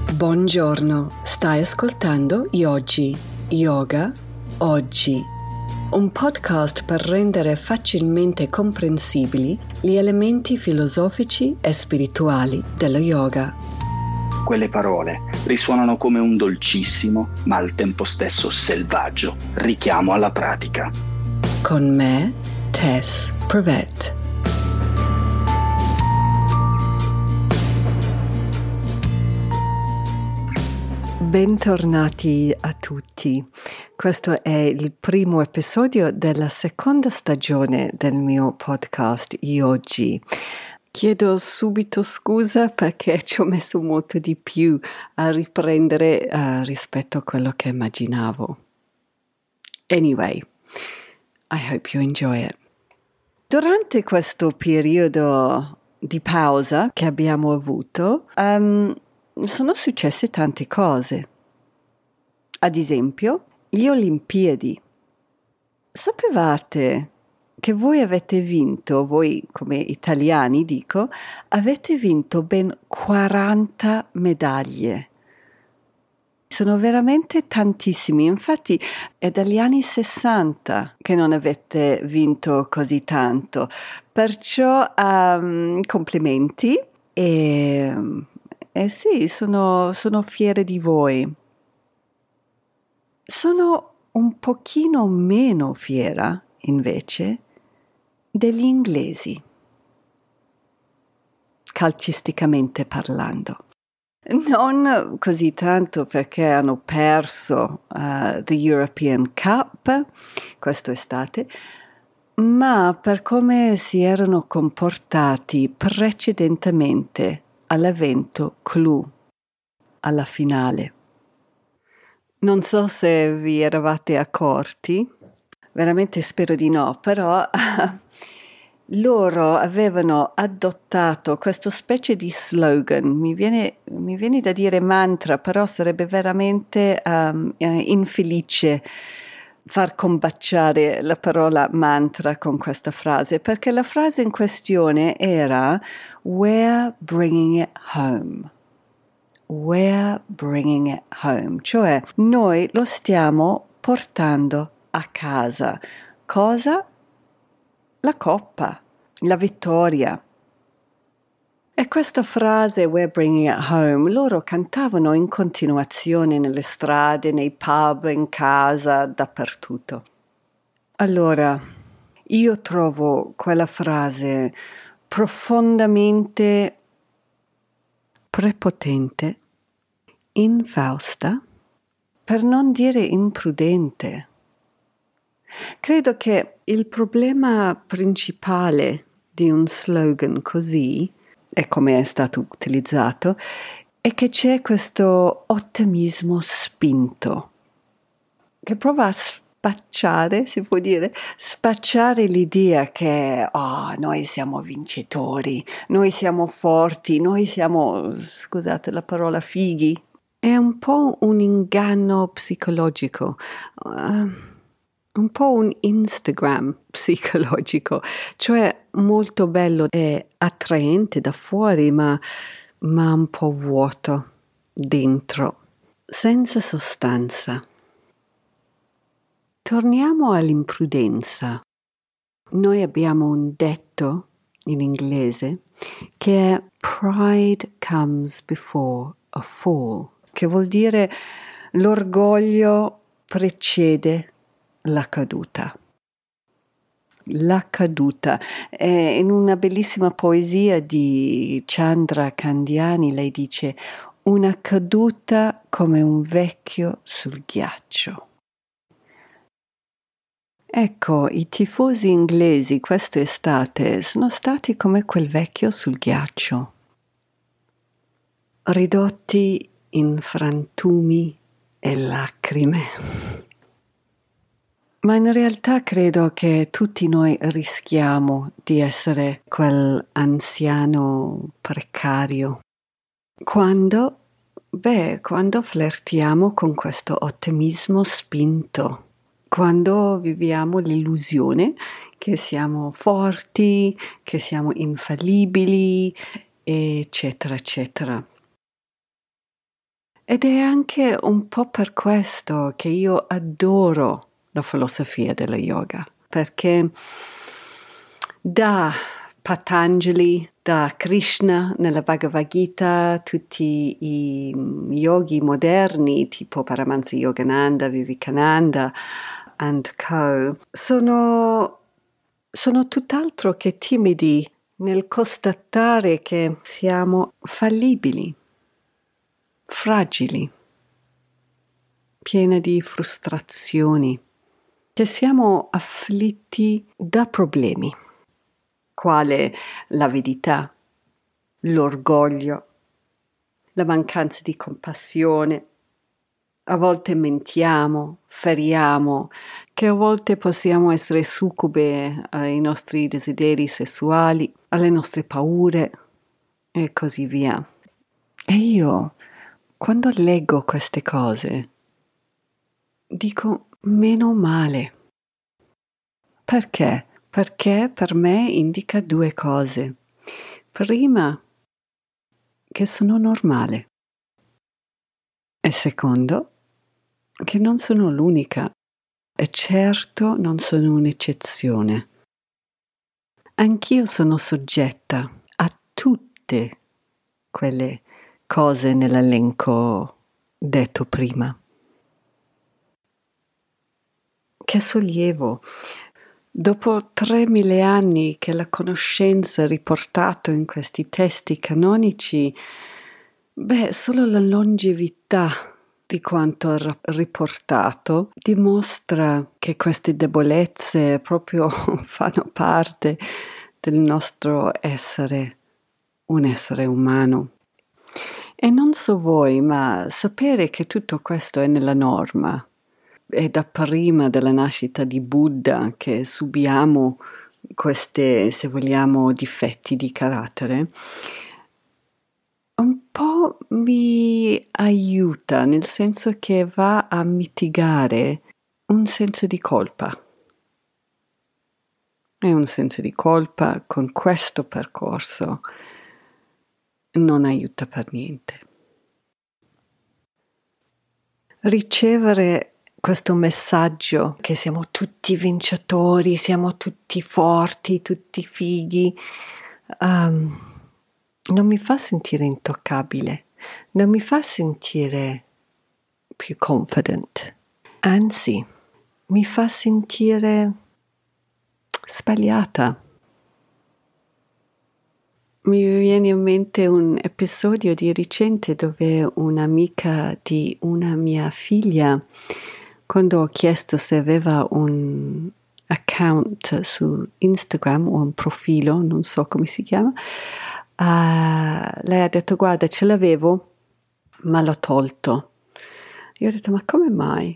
Buongiorno, stai ascoltando Yogi, Yoga Oggi, un podcast per rendere facilmente comprensibili gli elementi filosofici e spirituali dello yoga. Quelle parole risuonano come un dolcissimo, ma al tempo stesso selvaggio, richiamo alla pratica. Con me, Tess Prevet. Bentornati a tutti. Questo è il primo episodio della seconda stagione del mio podcast Yogi. Chiedo subito scusa perché ci ho messo molto di più a riprendere rispetto a quello che immaginavo. Anyway, I hope you enjoy it. Durante questo periodo di pausa che abbiamo avuto, sono successe tante cose. Ad esempio, le Olimpiadi. Sapevate che voi avete vinto, voi come italiani dico, avete vinto ben 40 medaglie. Sono veramente tantissimi, infatti è dagli anni 60 che non avete vinto così tanto, perciò complimenti e sì, sono fiera di voi. Sono un pochino meno fiera, invece, degli inglesi, calcisticamente parlando. Non così tanto perché hanno perso the European Cup quest'estate, ma per come si erano comportati precedentemente all'evento clou, alla finale. Non so se vi eravate accorti, veramente spero di no, però loro avevano adottato questa specie di slogan, mi viene da dire mantra, però sarebbe veramente infelice far combaciare la parola mantra con questa frase, perché la frase in questione era "We're bringing it home". We're bringing it home, cioè noi lo stiamo portando a casa. Cosa? La coppa, la vittoria. E questa frase, "We're bringing it home", loro cantavano in continuazione nelle strade, nei pub, in casa, dappertutto. Allora, io trovo quella frase profondamente prepotente, infausta, per non dire imprudente. Credo che il problema principale di un slogan così, e come è stato utilizzato, è che c'è questo ottimismo spinto, che prova a spacciare, si può dire, spacciare l'idea che noi siamo vincitori, noi siamo forti, noi siamo, scusate la parola, fighi. È un po' un inganno psicologico, un po' un Instagram psicologico, cioè molto bello e attraente da fuori, ma un po' vuoto dentro, senza sostanza. Torniamo all'imprudenza. Noi abbiamo un detto in inglese che è "Pride comes before a fall", che vuol dire l'orgoglio precede la caduta. La caduta. In una bellissima poesia di Chandra Candiani lei dice "una caduta come un vecchio sul ghiaccio". Ecco, i tifosi inglesi quest'estate sono stati come quel vecchio sul ghiaccio, ridotti in frantumi e lacrime. Ma in realtà credo che tutti noi rischiamo di essere quell'anziano precario. Quando flirtiamo con questo ottimismo spinto. Quando viviamo l'illusione che siamo forti, che siamo infallibili, eccetera, eccetera. Ed è anche un po' per questo che io adoro la filosofia della yoga, perché da Patanjali, da Krishna nella Bhagavad Gita, tutti i yogi moderni tipo Paramahansa Yogananda, Vivekananda and co. sono tutt'altro che timidi nel constatare che siamo fallibili, fragili, pieni di frustrazioni, che siamo afflitti da problemi, quale l'avidità, l'orgoglio, la mancanza di compassione. A volte mentiamo, feriamo, che a volte possiamo essere succube ai nostri desideri sessuali, alle nostre paure e così via. E io, quando leggo queste cose, dico meno male. Perché? Perché per me indica due cose. Prima, che sono normale. E secondo, che non sono l'unica. E certo non sono un'eccezione. Anch'io sono soggetta a tutte quelle cose nell'elenco detto prima. Che sollievo! Dopo 3.000 anni che la conoscenza ha riportato in questi testi canonici, solo la longevità di quanto riportato dimostra che queste debolezze proprio fanno parte del nostro essere, un essere umano. E non so voi, ma sapere che tutto questo è nella norma, è da prima della nascita di Buddha che subiamo queste, se vogliamo, difetti di carattere, un po' mi aiuta, nel senso che va a mitigare un senso di colpa. E un senso di colpa con questo percorso non aiuta per niente. Ricevere questo messaggio che siamo tutti vincitori, siamo tutti forti, tutti fighi, non mi fa sentire intoccabile, non mi fa sentire più confident, anzi mi fa sentire sbagliata. Mi viene in mente un episodio di recente dove un'amica di una mia figlia, quando ho chiesto se aveva un account su Instagram o un profilo, non so come si chiama, lei ha detto: guarda, ce l'avevo, ma l'ho tolto. Io ho detto: ma come mai?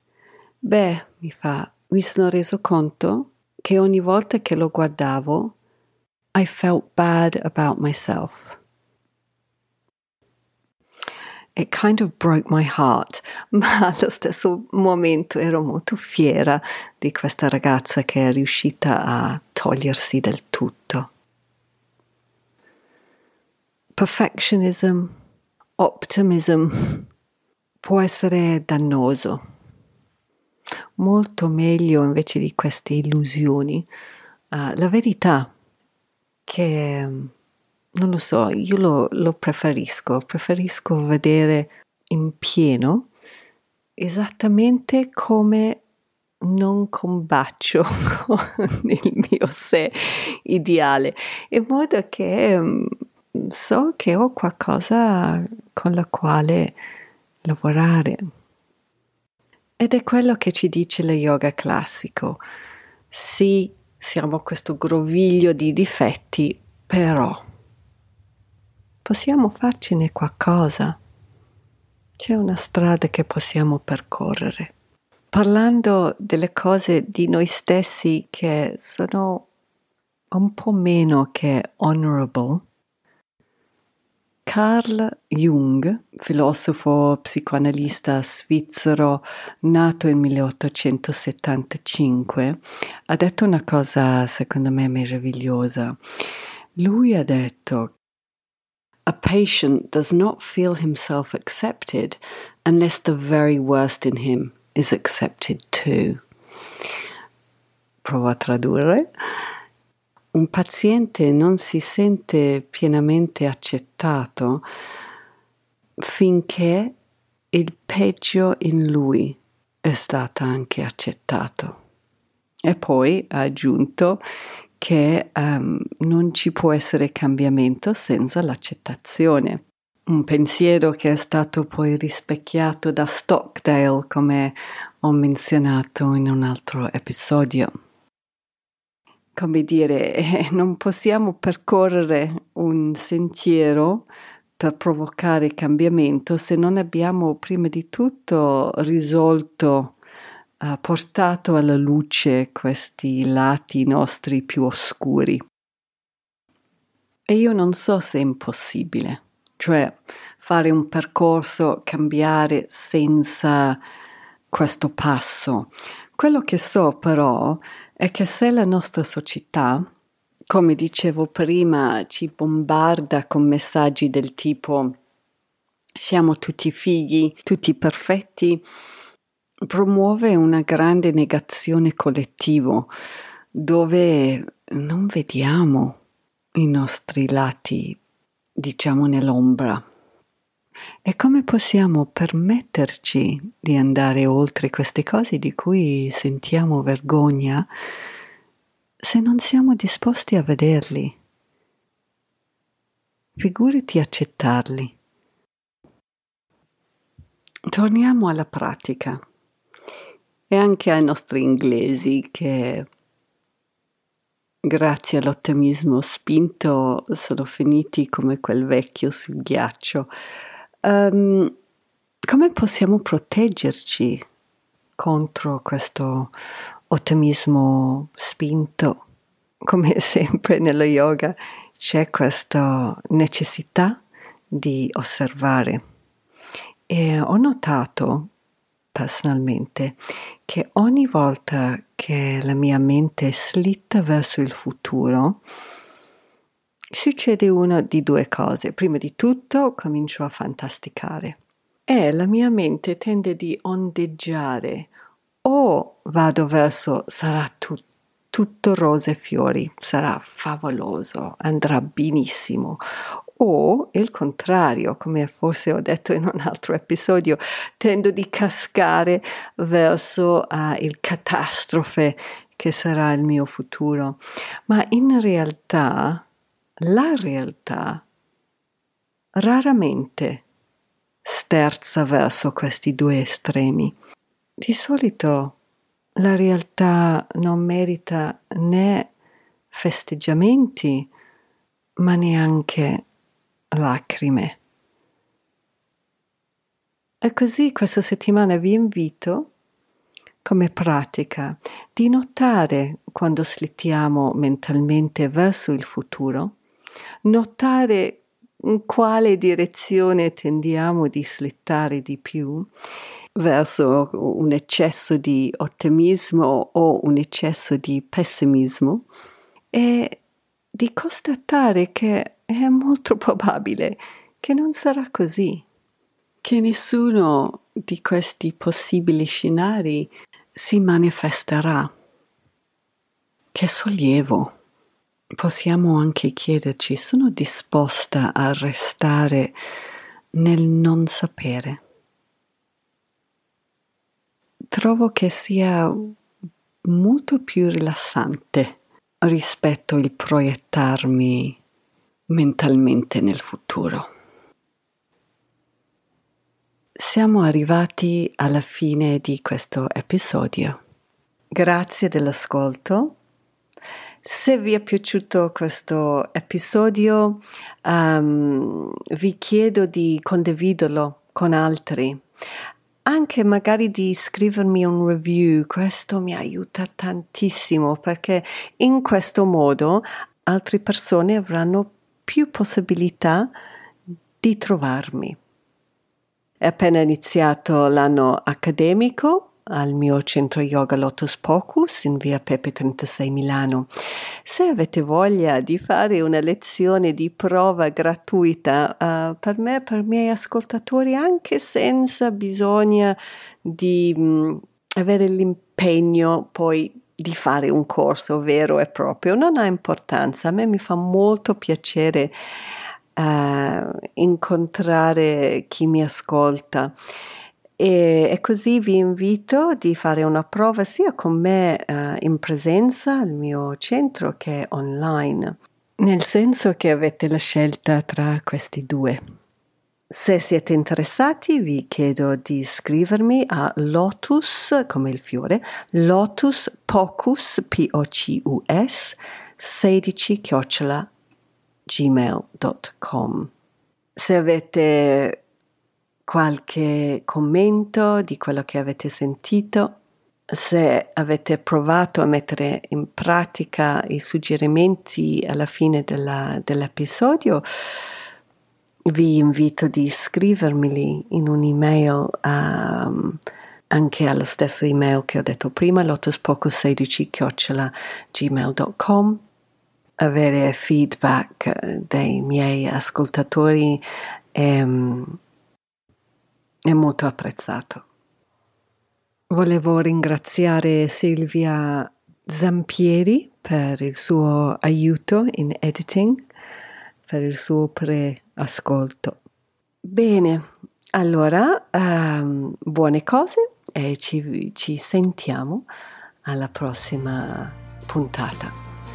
Mi sono reso conto che ogni volta che lo guardavo I felt bad about myself. It kind of broke my heart, ma allo stesso momento ero molto fiera di questa ragazza che è riuscita a togliersi del tutto. Perfectionism, optimism può essere dannoso. Molto meglio invece di queste illusioni. La verità che, non lo so, io lo preferisco vedere in pieno esattamente come non combacio con il mio sé ideale, in modo che so che ho qualcosa con la quale lavorare. Ed è quello che ci dice lo yoga classico. Sì, siamo questo groviglio di difetti, però possiamo farcene qualcosa. C'è una strada che possiamo percorrere. Parlando delle cose di noi stessi che sono un po' meno che honorable, Carl Jung, filosofo psicoanalista svizzero nato nel 1875, ha detto una cosa secondo me meravigliosa. Lui ha detto: A patient does not feel himself accepted unless the very worst in him is accepted too. Provo a tradurre. Un paziente non si sente pienamente accettato finché il peggio in lui è stato anche accettato. E poi ha aggiunto che non ci può essere cambiamento senza l'accettazione. Un pensiero che è stato poi rispecchiato da Stockdale, come ho menzionato in un altro episodio. Come dire, non possiamo percorrere un sentiero per provocare cambiamento se non abbiamo prima di tutto risolto, portato alla luce questi lati nostri più oscuri. E io non so se è impossibile, cioè fare un percorso, cambiare senza questo passo. Quello che so però è che se la nostra società, come dicevo prima, ci bombarda con messaggi del tipo siamo tutti figli, tutti perfetti, promuove una grande negazione collettiva dove non vediamo i nostri lati, diciamo, nell'ombra. E come possiamo permetterci di andare oltre queste cose di cui sentiamo vergogna se non siamo disposti a vederli? Figurati accettarli. Torniamo alla pratica e anche ai nostri inglesi che grazie all'ottimismo spinto sono finiti come quel vecchio sul ghiaccio. Come possiamo proteggerci contro questo ottimismo spinto? Come sempre nello yoga c'è questa necessità di osservare e ho notato personalmente che ogni volta che la mia mente è slitta verso il futuro succede una di due cose. Prima di tutto comincio a fantasticare e la mia mente tende di ondeggiare o vado verso sarà tutto rose e fiori, sarà favoloso, andrà benissimo, o il contrario, come forse ho detto in un altro episodio, tendo di cascare verso il catastrofe che sarà il mio futuro. Ma in realtà, la realtà raramente sterza verso questi due estremi. Di solito la realtà non merita né festeggiamenti, ma neanche lacrime. E così questa settimana vi invito, come pratica, di notare quando slittiamo mentalmente verso il futuro, notare in quale direzione tendiamo di slittare di più, verso un eccesso di ottimismo o un eccesso di pessimismo, e di constatare che è molto probabile che non sarà così, che nessuno di questi possibili scenari si manifesterà. Che sollievo! Possiamo anche chiederci, sono disposta a restare nel non sapere? Trovo che sia molto più rilassante rispetto al proiettarmi mentalmente nel futuro. Siamo arrivati alla fine di questo episodio. Grazie dell'ascolto. Se vi è piaciuto questo episodio, vi chiedo di condividerlo con altri. Anche magari di scrivermi un review, questo mi aiuta tantissimo perché in questo modo altre persone avranno più possibilità di trovarmi. È appena iniziato l'anno accademico al mio centro yoga Lotus Pocus in via Pepe 36 Milano. Se avete voglia di fare una lezione di prova gratuita per me e per i miei ascoltatori, anche senza bisogno di avere l'impegno poi di fare un corso vero e proprio, non ha importanza. A me mi fa molto piacere incontrare chi mi ascolta e così vi invito di fare una prova sia con me in presenza al mio centro che online, nel senso che avete la scelta tra questi due. Se siete interessati vi chiedo di scrivermi a Lotus, come il fiore, Lotus Pocus, Pocus, 16@gmail.com. Se avete qualche commento di quello che avete sentito, se avete provato a mettere in pratica i suggerimenti alla fine dell'episodio, vi invito di scrivermeli in un'email anche allo stesso email che ho detto prima, lotuspocus16@gmail.com. Avere feedback dei miei ascoltatori è molto apprezzato. Volevo ringraziare Silvia Zampieri per il suo aiuto in editing, per il suo preascolto. Bene, allora buone cose e ci sentiamo alla prossima puntata.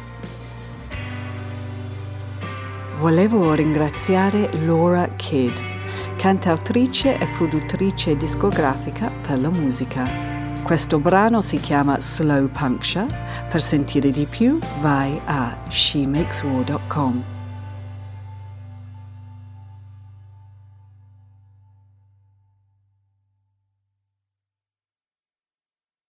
Volevo ringraziare Laura Kidd, cantautrice e produttrice discografica per la musica. Questo brano si chiama Slow Puncture. Per sentire di più vai a shemakeswar.com.